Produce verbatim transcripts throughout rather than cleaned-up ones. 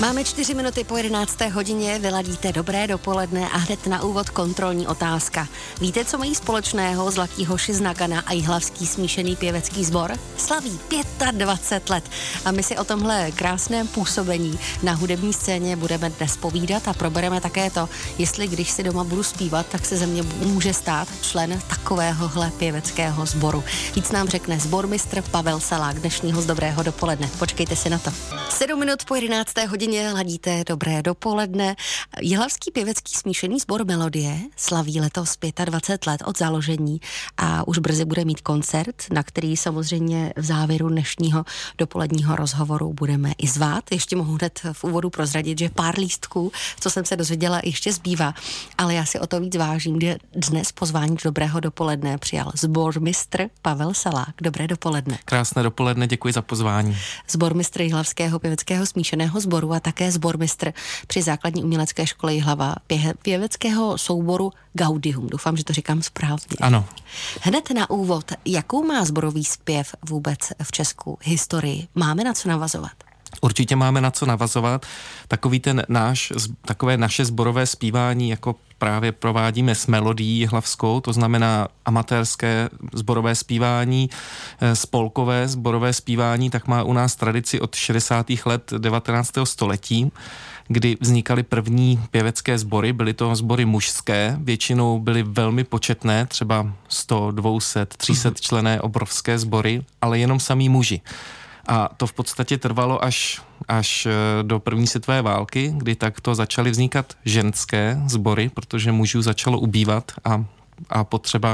Máme čtyři minuty po jedenácté hodině, vyladíte dobré dopoledne a hned na úvod kontrolní otázka. Víte, co mají společného Zlatý hoši z Nagana a Jihlavský smíšený pěvecký sbor? Slaví dvacet pět let a my si o tomhle krásném působení na hudební scéně budeme dnes povídat a probereme také to, jestli když si doma budu zpívat, tak se ze mě může stát člen takovéhohle pěveckého sboru. Víc nám řekne sbormistr Pavel Salák dnešního z dobrého dopoledne. Počkejte si na to. Sedm minut po jedenácté hodině ladíte dobré dopoledne. Jihlavský pěvecký smíšený sbor Melodie slaví letos dvacet pět let od založení a už brzy bude mít koncert, na který samozřejmě v závěru dnešního dopoledního rozhovoru budeme i zvát. Ještě mohu hned v úvodu prozradit, že pár lístků, co jsem se dozvěděla, ještě zbývá, ale já si o to víc vážím, že dnes pozvání do dobrého dopoledne přijal sbormistr Pavel Salák. Dobré dopoledne. Krásné dopoledne, děkuji za pozvání. Sbormistr Jihlavského pěveckého smíšeného sboru a také sbormistr při základní umělecké škole Jihlava pě- pěveckého souboru Gaudium. Doufám, že to říkám správně. Ano. Hned na úvod, jakou má sborový zpěv vůbec v Česku historii? Máme na co navazovat? Určitě máme na co navazovat. Takový ten náš, takové naše sborové zpívání, jako právě provádíme s Melodií jihlavskou, to znamená amatérské sborové zpívání, spolkové sborové zpívání, tak má u nás tradici od šedesátých let devatenáctého století, kdy vznikaly první pěvecké sbory, byly to sbory mužské, většinou byly velmi početné, třeba sto, dvě stě, tři sta členné obrovské sbory, ale jenom samí muži. A to v podstatě trvalo až, až do první světové války, kdy takto začaly vznikat ženské sbory, protože mužů začalo ubývat a, a potřeba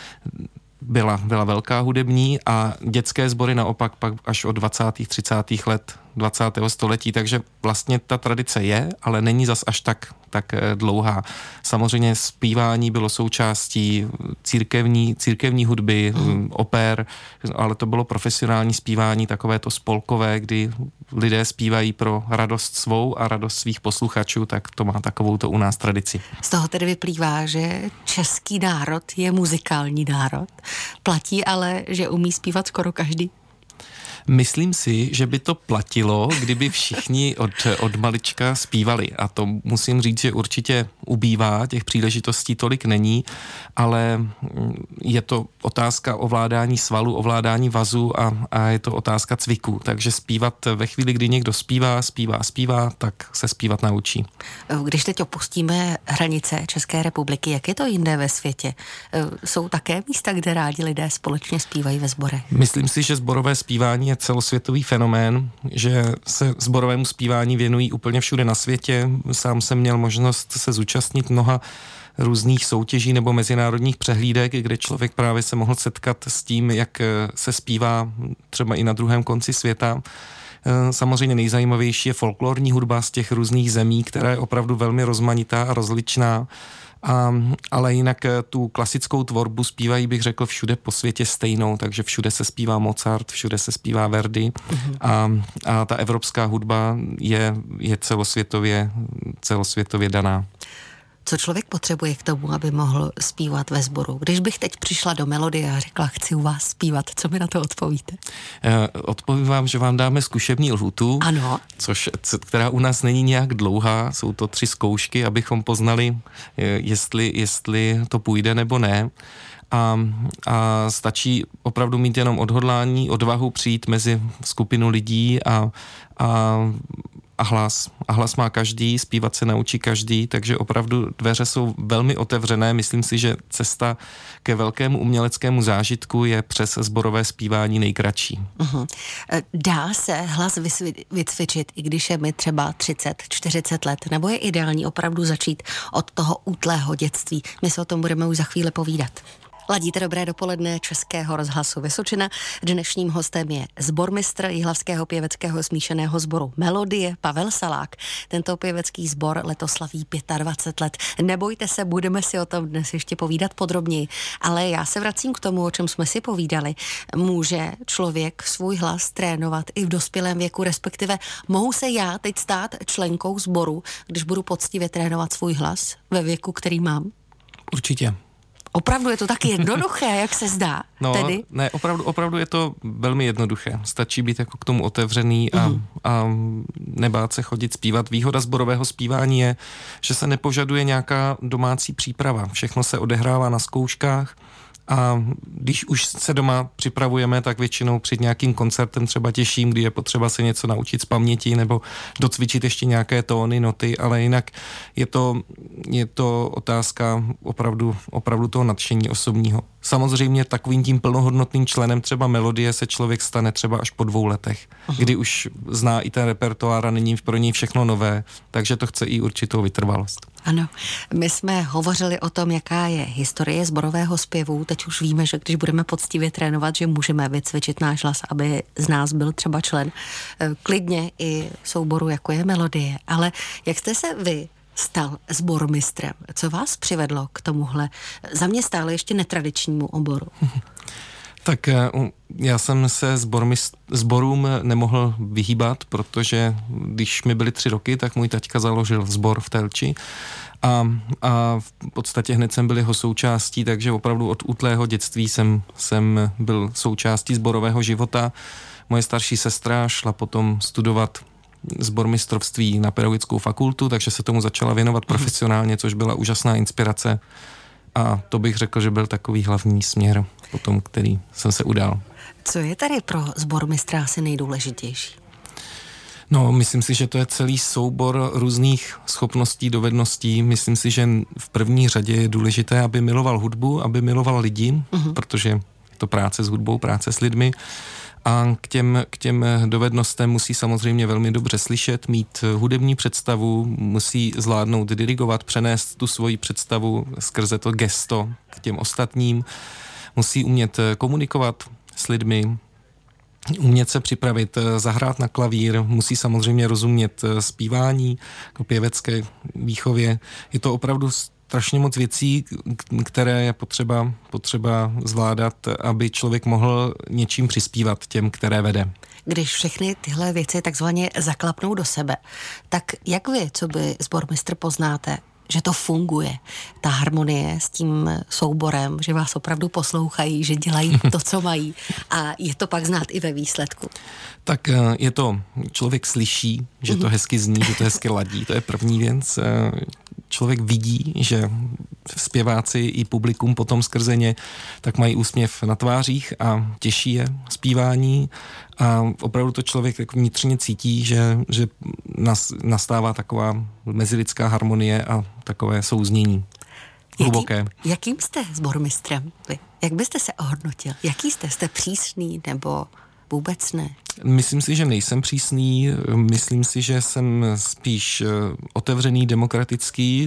byla, byla velká hudební a dětské sbory naopak pak až od dvacátých třicátých let dvacátého století, takže vlastně ta tradice je, ale není zas až tak, tak dlouhá. Samozřejmě zpívání bylo součástí církevní, církevní hudby, mm. opér, ale to bylo profesionální zpívání, takové to spolkové, kdy lidé zpívají pro radost svou a radost svých posluchačů, tak to má takovou to u nás tradici. Z toho tedy vyplývá, že český národ je muzikální národ. Platí ale, že umí zpívat skoro každý. Myslím si, že by to platilo, kdyby všichni od, od malička zpívali. A to musím říct, že určitě ubývá, těch příležitostí tolik není, ale je to otázka ovládání svalů, ovládání vazů a, a je to otázka cviku. Takže zpívat ve chvíli, kdy někdo zpívá, zpívá, zpívá, tak se zpívat naučí. Když teď opustíme hranice České republiky, jak je to jinde ve světě? Jsou také místa, kde rádi lidé společně zpívají ve sborech? Myslím si, že sborové zpívání je celosvětový fenomén, že se sborovému zpívání věnují úplně všude na světě. Sám jsem měl možnost se zúčastnit mnoha různých soutěží nebo mezinárodních přehlídek, kde člověk právě se mohl setkat s tím, jak se zpívá třeba i na druhém konci světa. Samozřejmě nejzajímavější je folklorní hudba z těch různých zemí, která je opravdu velmi rozmanitá a rozličná. A, ale jinak tu klasickou tvorbu zpívají, bych řekl, všude po světě stejnou, takže všude se zpívá Mozart, všude se zpívá Verdi mm-hmm. a, a ta evropská hudba je, je celosvětově, celosvětově daná. Co člověk potřebuje k tomu, aby mohl zpívat ve sboru? Když bych teď přišla do Melodie a řekla, chci u vás zpívat, co mi na to odpovíte? Eh, odpovím vám, že vám dáme zkušební lhůtu, ano. Což, která u nás není nějak dlouhá, jsou to tři zkoušky, abychom poznali, jestli, jestli to půjde nebo ne. A, a stačí opravdu mít jenom odhodlání, odvahu přijít mezi skupinu lidí a, a A hlas. A hlas má každý, zpívat se naučí každý, takže opravdu dveře jsou velmi otevřené. Myslím si, že cesta ke velkému uměleckému zážitku je přes sborové zpívání nejkratší. Uh-huh. Dá se hlas vycvičit, i když je mi třeba třicet, čtyřicet let, nebo je ideální opravdu začít od toho útlého dětství? My se o tom budeme už za chvíli povídat. Ladíte dobré dopoledne Českého rozhlasu Vysočina. Dnešním hostem je sbormistr Jihlavského pěveckého smíšeného sboru Melodie Pavel Salák. Tento pěvecký sbor letos slaví dvacet pět let. Nebojte se, budeme si o tom dnes ještě povídat podrobněji. Ale já se vracím k tomu, o čem jsme si povídali. Může člověk svůj hlas trénovat i v dospělém věku, respektive mohu se já teď stát členkou sboru, když budu poctivě trénovat svůj hlas ve věku, který mám? Určitě. Opravdu je to tak jednoduché, jak se zdá. No, tedy? ne, opravdu, opravdu je to velmi jednoduché. Stačí být jako k tomu otevřený a, mm. a nebát se chodit zpívat. Výhoda sborového zpívání je, že se nepožaduje nějaká domácí příprava. Všechno se odehrává na zkouškách. A když už se doma připravujeme, tak většinou před nějakým koncertem třeba těším, kdy je potřeba se něco naučit z paměti nebo docvičit ještě nějaké tóny, noty, ale jinak je to, je to otázka opravdu, opravdu toho nadšení osobního. Samozřejmě takovým tím plnohodnotným členem třeba melodie se člověk stane třeba až po dvou letech, Aha. kdy už zná i ten repertoár a není pro něj všechno nové, takže to chce i určitou vytrvalost. Ano, my jsme hovořili o tom, jaká je historie sborového zpěvu. Teď už víme, že když budeme poctivě trénovat, že můžeme vycvičit náš hlas, aby z nás byl třeba člen klidně i souboru, jako je melodie. Ale jak jste se vy stal sbormistrem? Co vás přivedlo k tomuhle za mě stále ještě netradičnímu oboru? Tak já jsem se sborům nemohl vyhýbat, protože když mi byly tři roky, tak můj taťka založil sbor v Telči a, a v podstatě hned jsem byl jeho součástí, takže opravdu od útlého dětství jsem, jsem byl součástí sborového života. Moje starší sestra šla potom studovat sbormistrovství na pedagogickou fakultu, takže se tomu začala věnovat profesionálně, což byla úžasná inspirace. A to bych řekl, že byl takový hlavní směr potom, který jsem se udal. Co je tady pro sbormistra asi nejdůležitější? No, myslím si, že to je celý soubor různých schopností, dovedností. Myslím si, že v první řadě je důležité, aby miloval hudbu, aby miloval lidi, uh-huh. protože je to práce s hudbou, práce s lidmi. A k těm, k těm dovednostem musí samozřejmě velmi dobře slyšet, mít hudební představu, musí zvládnout dirigovat, přenést tu svoji představu skrze to gesto k těm ostatním, musí umět komunikovat s lidmi, umět se připravit, zahrát na klavír, musí samozřejmě rozumět zpívání, jako pěvecké výchově. Je to opravdu strašně moc věcí, které je potřeba, potřeba zvládat, aby člověk mohl něčím přispívat těm, které vede. Když všechny tyhle věci takzvaně zaklapnou do sebe, tak jak vy, co by sbormistr, poznáte, že to funguje, ta harmonie s tím souborem, že vás opravdu poslouchají, že dělají to, co mají a je to pak znát i ve výsledku? Tak je to, člověk slyší, že to hezky zní, že to hezky ladí, to je první věc. Člověk vidí, že zpěváci i publikum potom skrze ně tak mají úsměv na tvářích a těší je zpívání a opravdu to člověk jako vnitřně cítí, že, že nastává taková mezilidská harmonie a takové souznění hluboké. Jakým, jakým jste sbormistrem vy? Jak byste se ohodnotil? Jaký jste? Jste přísný nebo vůbec ne? Myslím si, že nejsem přísný, myslím si, že jsem spíš otevřený, demokratický,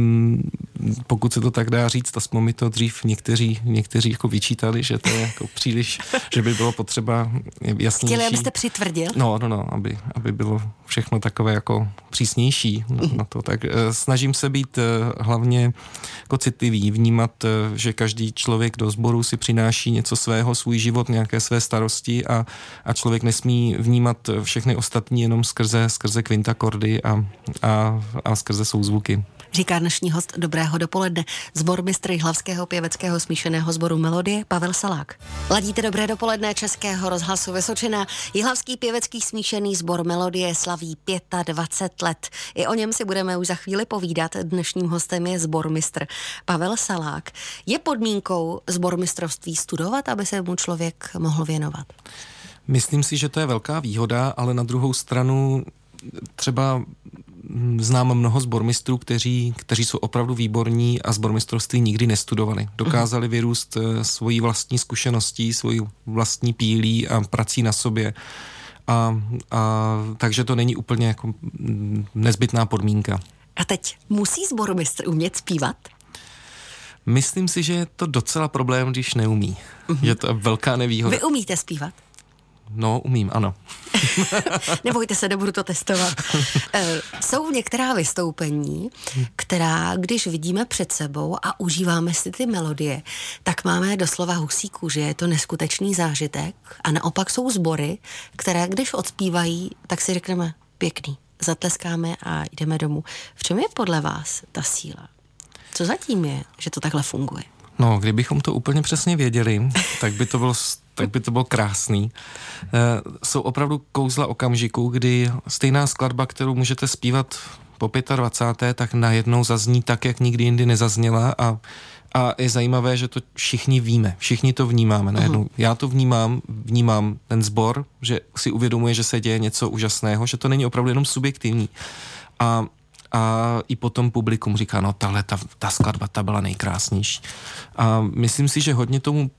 pokud se to tak dá říct, aspoň mi to dřív někteří, někteří jako vyčítali, že to je jako příliš, že by bylo potřeba jasnější. Chtěli, abyste přitvrdil? No, no, no, aby, aby bylo všechno takové jako přísnější na, na to. Tak snažím se být hlavně jako citlivý, vnímat, že každý člověk do sboru si přináší něco svého, svůj život, nějaké své starosti a, a člověk nesmí vnímat všechny ostatní jenom skrze, skrze kvintakordy a, a, a skrze souzvuky. Říká dnešní host Dobrého dopoledne, sbormistr Jihlavského pěveckého smíšeného sboru Melodie Pavel Salák. Ladíte Dobré dopoledne Českého rozhlasu Vysočina. Jihlavský pěvecký smíšený sbor Melodie slaví dvacet pět let. I o něm si budeme už za chvíli povídat. Dnešním hostem je sbormistr Pavel Salák. Je podmínkou sbormistrovství studovat, aby se mu člověk mohl věnovat? Myslím si, že to je velká výhoda, ale na druhou stranu třeba znám mnoho sbormistrů, kteří, kteří jsou opravdu výborní a sbormistrovství nikdy nestudovali. Dokázali vyrůst svojí vlastní zkušeností, svojí vlastní pílí a prací na sobě. A, a takže to není úplně jako nezbytná podmínka. A teď musí sbormistr umět zpívat? Myslím si, že je to docela problém, když neumí. Uh-huh. Že to je velká nevýhoda. Vy umíte zpívat? No, umím, ano. Nebojte se, nebudu to testovat. E, jsou některá vystoupení, která, když vidíme před sebou a užíváme si ty melodie, tak máme doslova husí kůži, je to neskutečný zážitek a naopak jsou sbory, které, když odspívají, tak si řekneme pěkný, zatleskáme a jdeme domů. V čem je podle vás ta síla? Co zatím je, že to takhle funguje? No, kdybychom to úplně přesně věděli, tak by to bylo tak by to bylo krásný. Jsou opravdu kouzla okamžiku, kdy stejná skladba, kterou můžete zpívat po dvacáté páté, tak najednou zazní tak, jak nikdy jindy nezazněla a, a je zajímavé, že to všichni víme, všichni to vnímáme najednou. Uh-huh. Já to vnímám, vnímám ten sbor, že si uvědomuje, že se děje něco úžasného, že to není opravdu jenom subjektivní. A A i potom publikum říká, no tahle, ta, ta skladba, ta byla nejkrásnější. A myslím si, že hodně tomu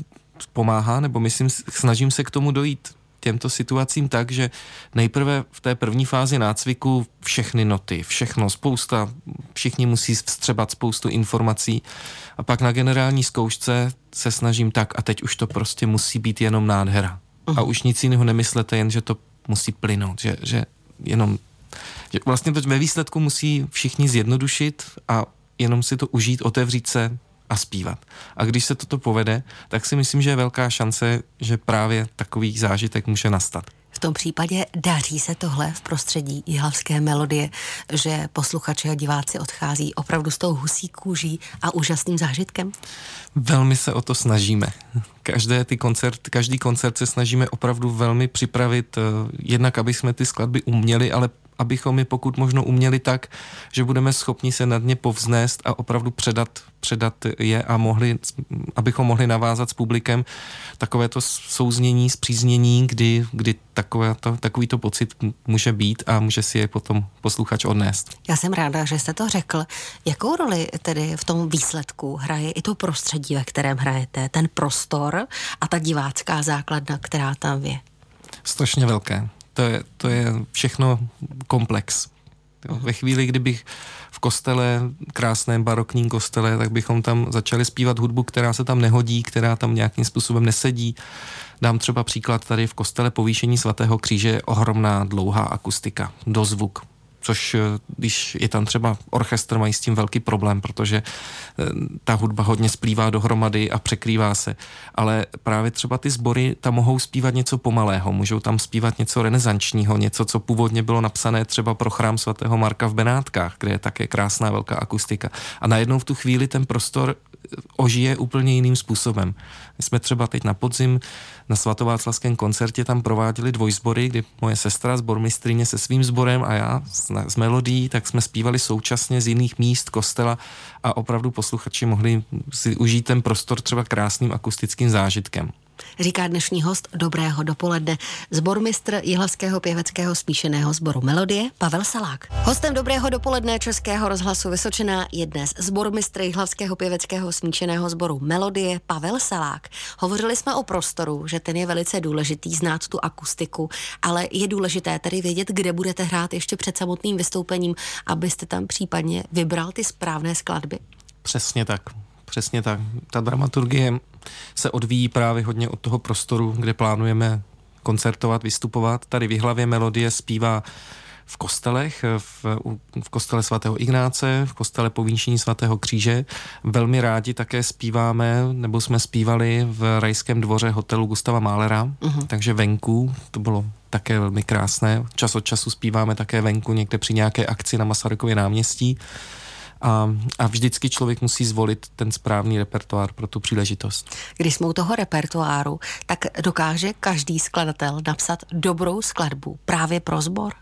pomáhá, nebo myslím, snažím se k tomu dojít těmto situacím tak, že nejprve v té první fázi nácviku všechny noty, všechno, spousta, všichni musí vstřebat spoustu informací a pak na generální zkoušce se snažím tak a teď už to prostě musí být jenom nádhera. Uh-huh. A už nic jiného nemyslete, jen že to musí plynout, že, že jenom že vlastně to ve výsledku musí všichni zjednodušit a jenom si to užít, otevřít se a zpívat. A když se toto povede, tak si myslím, že je velká šance, že právě takový zážitek může nastat. V tom případě daří se tohle v prostředí jihlavské melodie, že posluchači a diváci odchází opravdu s tou husí kůží a úžasným zážitkem? Velmi se o to snažíme. Každé ty koncert, každý koncert se snažíme opravdu velmi připravit, jednak aby jsme ty skladby uměli, ale abychom je pokud možno uměli tak, že budeme schopni se nad ně povznést a opravdu předat, předat je a mohli, abychom mohli navázat s publikem takovéto souznění, zpříznění, kdy, kdy takovéto, takovýto pocit může být a může si je potom posluchač odnést. Já jsem ráda, že jste to řekl. Jakou roli tedy v tom výsledku hraje i to prostředí, ve kterém hrajete, ten prostor a ta divácká základna, která tam je? Strašně velké. To je, to je všechno komplex. Jo, ve chvíli, kdybych v kostele, krásném barokním kostele, tak bychom tam začali zpívat hudbu, která se tam nehodí, která tam nějakým způsobem nesedí. Dám třeba příklad, tady v kostele Povýšení svatého kříže je ohromná dlouhá akustika, dozvuk. Což když je tam třeba orchestr, mají s tím velký problém, protože ta hudba hodně splývá dohromady a překrývá se. Ale právě třeba ty sbory tam mohou zpívat něco pomalého, můžou tam zpívat něco renesančního, něco, co původně bylo napsané třeba pro chrám svatého Marka v Benátkách, kde je také krásná velká akustika. A najednou v tu chvíli ten prostor ožije úplně jiným způsobem. My jsme třeba teď na podzim na svatováclavském koncertě tam prováděli dvojsbory, kdy moje sestra, sbormistryně se svým sborem a já s, s melodií, tak jsme zpívali současně z jiných míst kostela a opravdu posluchači mohli si užít ten prostor třeba krásným akustickým zážitkem. Říká dnešní host Dobrého dopoledne, sbormistr Jihlavského pěveckého smíšeného sboru Melodie Pavel Salák. Hostem Dobrého dopoledne Českého rozhlasu Vysočina je dnes sbormistr Jihlavského pěveckého smíšeného sboru Melodie Pavel Salák. Hovořili jsme o prostoru, že ten je velice důležitý, znát tu akustiku, ale je důležité tedy vědět, kde budete hrát ještě před samotným vystoupením, abyste tam případně vybral ty správné skladby. Přesně tak. Přesně tak. Ta dramaturgie se odvíjí právě hodně od toho prostoru, kde plánujeme koncertovat, vystupovat. Tady v Jihlavě Melodie zpívá v kostelech, v, v kostele svatého Ignáce, v kostele Povýšení svatého kříže. Velmi rádi také zpíváme, nebo jsme zpívali v Rajském dvoře hotelu Gustava Mahlera, uh-huh. takže venku, to bylo také velmi krásné. Čas od času zpíváme také venku, někde při nějaké akci na Masarykově náměstí. A, a vždycky člověk musí zvolit ten správný repertoár pro tu příležitost. Když jsme u toho repertoáru, tak dokáže každý skladatel napsat dobrou skladbu právě pro sbor?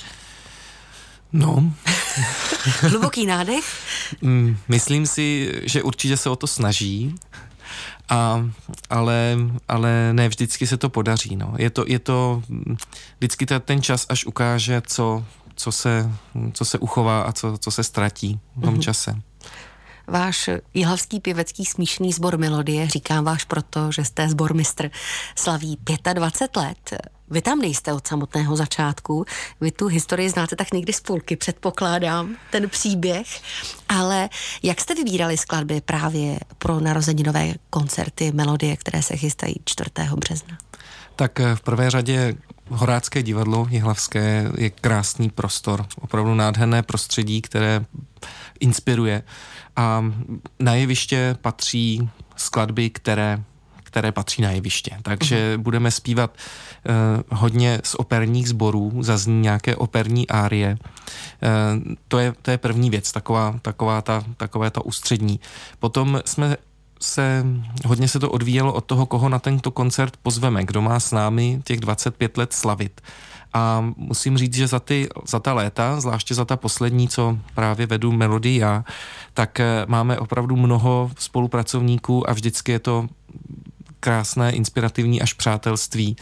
No. Hluboký nádech? Myslím si, že určitě se o to snaží, a, ale, ale ne vždycky se to podaří. No. Je to, je to vždycky ten čas, až ukáže, co Co se, co se uchová a co, co se ztratí v tom čase. Váš jihlavský pěvecký smíšený sbor Melodie, říkám váš proto, že jste sbormistr, slaví dvacet pět let. Vy tam nejste od samotného začátku, vy tu historii znáte tak někdy z půlky, předpokládám, ten příběh, ale jak jste vybírali skladby právě pro narozeninové koncerty Melodie, které se chystají čtvrtého března? Tak v prvé řadě Horácké divadlo jihlavské je krásný prostor, opravdu nádherné prostředí, které inspiruje. A na jeviště patří skladby, které, které patří na jeviště. Takže uh-huh. budeme zpívat uh, hodně z operních sborů, zazní nějaké operní árie. Uh, to je, to je první věc, taková, taková ta, takové ta ústřední. Potom jsme se, hodně se to odvíjelo od toho, koho na tento koncert pozveme, kdo má s námi těch dvacet pět let slavit. A musím říct, že za, ty, za ta léta, zvláště za ta poslední, co právě vedu Melodii já, tak máme opravdu mnoho spolupracovníků a vždycky je to krásné, inspirativní až přátelství.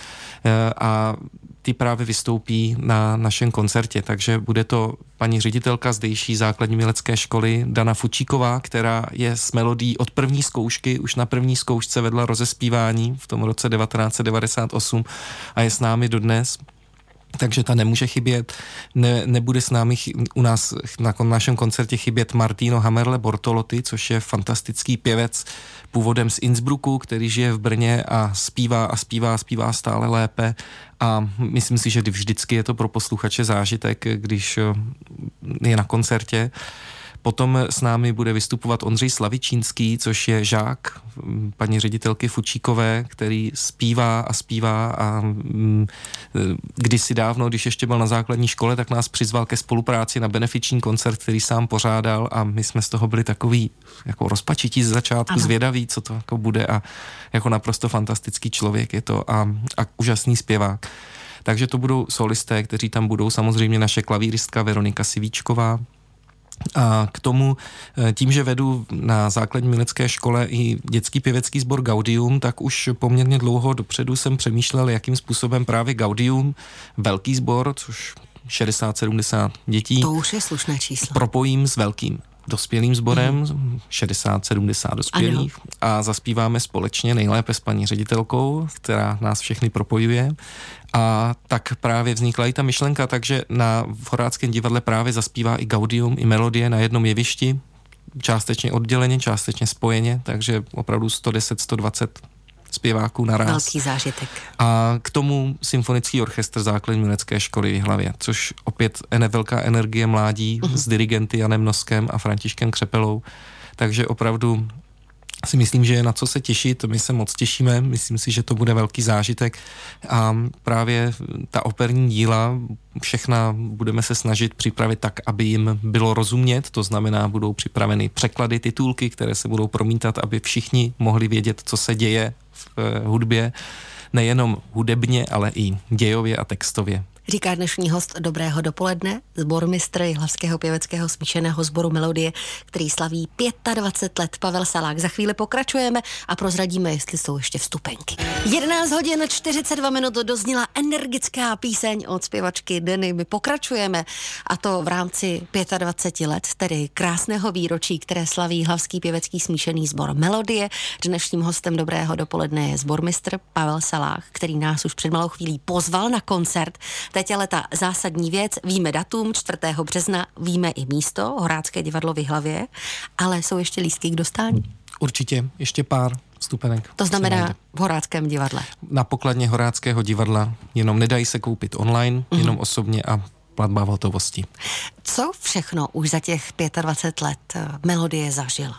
A ty právě vystoupí na našem koncertě, takže bude to paní ředitelka zdejší základní umělecké školy Dana Fučíková, která je s Melodií od první zkoušky, už na první zkoušce vedla rozespívání v tom roce devatenáct set devadesát osm a je s námi dodnes. Takže ta nemůže chybět, ne, nebude s námi chy, u nás na našem koncertě chybět Martino Hammerle Bortolotti, což je fantastický pěvec původem z Innsbrucku, který žije v Brně a zpívá a zpívá a zpívá stále lépe a myslím si, že vždycky je to pro posluchače zážitek, když je na koncertě. Potom s námi bude vystupovat Ondřej Slavičínský, což je žák paní ředitelky Fučíkové, který zpívá a zpívá a mm, kdysi dávno, když ještě byl na základní škole, tak nás přizval ke spolupráci na benefiční koncert, který sám pořádal a my jsme z toho byli takový jako rozpačití z začátku, ano. Zvědaví, co to jako bude a jako naprosto fantastický člověk je to a, a úžasný zpěvák. Takže to budou solisté, kteří tam budou, samozřejmě naše klavíristka Veronika Sivíčková. A k tomu, tím, že vedu na základní umělecké škole i dětský pěvecký sbor Gaudium, tak už poměrně dlouho dopředu jsem přemýšlel, jakým způsobem právě Gaudium, velký sbor, což šedesát sedmdesát dětí, to už je slušné číslo, propojím s velkým dospělým sborem, mm. šedesát sedmdesát dospělých ano. A zaspíváme společně nejlépe s paní ředitelkou, která nás všechny propojuje. A tak právě vznikla i ta myšlenka, takže na v Horáckém divadle právě zaspívá i Gaudium, i Melodie na jednom jevišti, částečně odděleně, částečně spojeně, takže opravdu sto deset, sto dvacet zpěváků naraz. Velký zážitek. A k tomu symfonický orchestr základní umělecké školy v Jihlavě, což opět je velká energie mládí uh-huh. s dirigenty Janem Noskem a Františkem Křepelou, takže opravdu si myslím, že je na co se těšit, my se moc těšíme, myslím si, že to bude velký zážitek a právě ta operní díla všechna budeme se snažit připravit tak, aby jim bylo rozumět, to znamená, budou připraveny překlady, titulky, které se budou promítat, aby všichni mohli vědět, co se děje v eh, hudbě, nejenom hudebně, ale i dějově a textově. Říká dnešní host Dobrého dopoledne, sbormistr Jihlavského pěveckého smíšeného sboru Melodie, který slaví dvacet pět let, Pavel Salák. Za chvíli pokračujeme a prozradíme, jestli jsou ještě vstupenky. jedenáct hodin čtyřicet dva minut dozněla energická píseň od zpěvačky Deny. My pokračujeme a to v rámci dvacet pět let, tedy krásného výročí, které slaví Jihlavský pěvecký smíšený sbor Melodie. Dnešním hostem Dobrého dopoledne je sbormistr Pavel Salák, který nás už před malou chvílí pozval na koncert. Teď ale ta zásadní věc, víme datum čtvrtého března, víme i místo, Horácké divadlo v Jihlavě, ale jsou ještě lístky k dostání. Určitě, ještě pár vstupenek. To znamená v Horáckém divadle. Na pokladně Horáckého divadla, jenom nedají se koupit online, mm-hmm. jenom osobně a platba v hotovosti. Co všechno už za těch dvacet pět let Melodie zažila?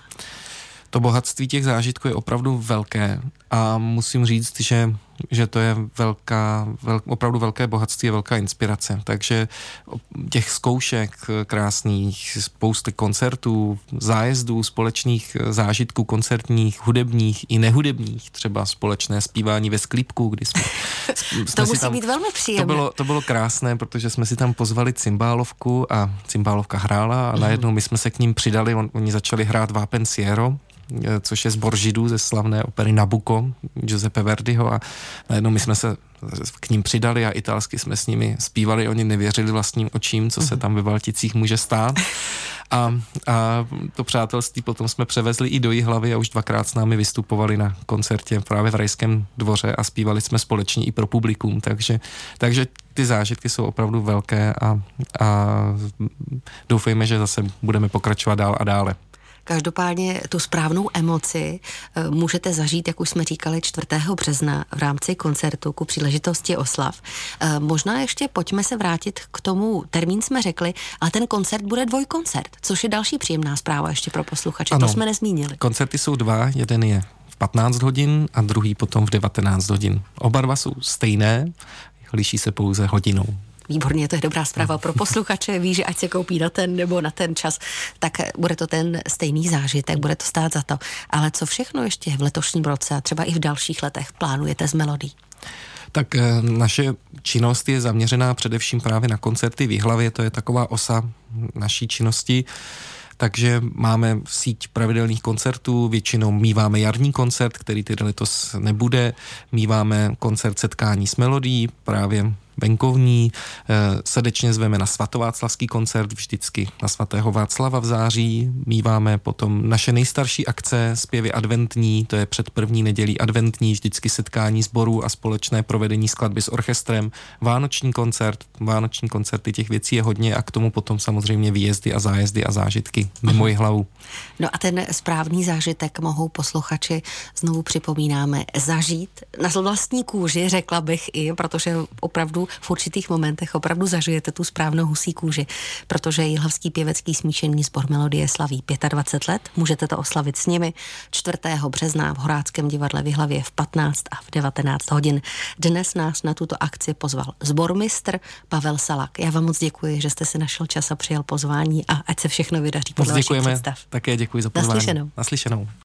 To bohatství těch zážitků je opravdu velké a musím říct, že, že to je velká, vel, opravdu velké bohatství a velká inspirace. Takže těch zkoušek krásných, spousty koncertů, zájezdů, společných zážitků koncertních, hudebních i nehudebních, třeba společné zpívání ve Sklípku, kdy jsme... jsme to musí tam, být velmi příjemné. To bylo, to bylo krásné, protože jsme si tam pozvali cymbálovku a cymbálovka hrála a najednou my jsme se k ním přidali, on, oni začali hrát Vápensiero, což je sbor židů ze slavné opery Nabucco Giuseppe Verdiho a najednou my jsme se k ním přidali a italsky jsme s nimi zpívali, oni nevěřili vlastním očím, co se tam ve Valticích může stát a, a to přátelství potom jsme převezli i do Jihlavy a už dvakrát s námi vystupovali na koncertě právě v Rajském dvoře a zpívali jsme společně i pro publikum, takže, takže ty zážitky jsou opravdu velké a, a doufejme, že zase budeme pokračovat dál a dále. Každopádně tu správnou emoci můžete zažít, jak už jsme říkali, čtvrtého března v rámci koncertu ku příležitosti oslav. Možná ještě pojďme se vrátit k tomu, termín jsme řekli, ale ten koncert bude dvojkoncert, což je další příjemná zpráva ještě pro posluchače, ano, to jsme nezmínili. Koncerty jsou dva, jeden je v patnáct hodin a druhý potom v devatenáct hodin. Oba dva jsou stejné, liší se pouze hodinou. Výborně, to je dobrá zpráva pro posluchače, ví, že ať se koupí na ten nebo na ten čas, tak bude to ten stejný zážitek, bude to stát za to. Ale co všechno ještě v letošním roce a třeba i v dalších letech plánujete s Melodií? Tak naše činnost je zaměřená především právě na koncerty v Jihlavě, to je taková osa naší činnosti. Takže máme síť pravidelných koncertů, většinou míváme jarní koncert, který tedy letos nebude, míváme koncert setkání s Melodií, právě venkovní, srdečně zveme na svatováclavský koncert, vždycky na svatého Václava v září, míváme potom naše nejstarší akce, zpěvy adventní, to je před první nedělí adventní, vždycky setkání sborů a společné provedení skladby s orchestrem, vánoční koncert, vánoční koncerty, těch věcí je hodně a k tomu potom samozřejmě výjezdy a zájezdy a zážitky mimo Jihlavu. No a ten správný zážitek mohou posluchači, znovu připomínáme, zažít na vlastní kůži, řekla bych i, protože opravdu v určitých momentech opravdu zažijete tu správnou husí kůži, protože Jihlavský pěvecký smíšený sbor Melodie slaví dvacet pět let, můžete to oslavit s nimi čtvrtého března v Horáckém divadle v Jihlavě v patnáct a v devatenáct hodin. Dnes nás na tuto akci pozval sbormistr Pavel Salak. Já vám moc děkuji, že jste si našel čas a přijal pozvání a ať se všechno vydaří podle vašich představ. Také děkuji za pozvání. Naslyšenou. Naslyšenou.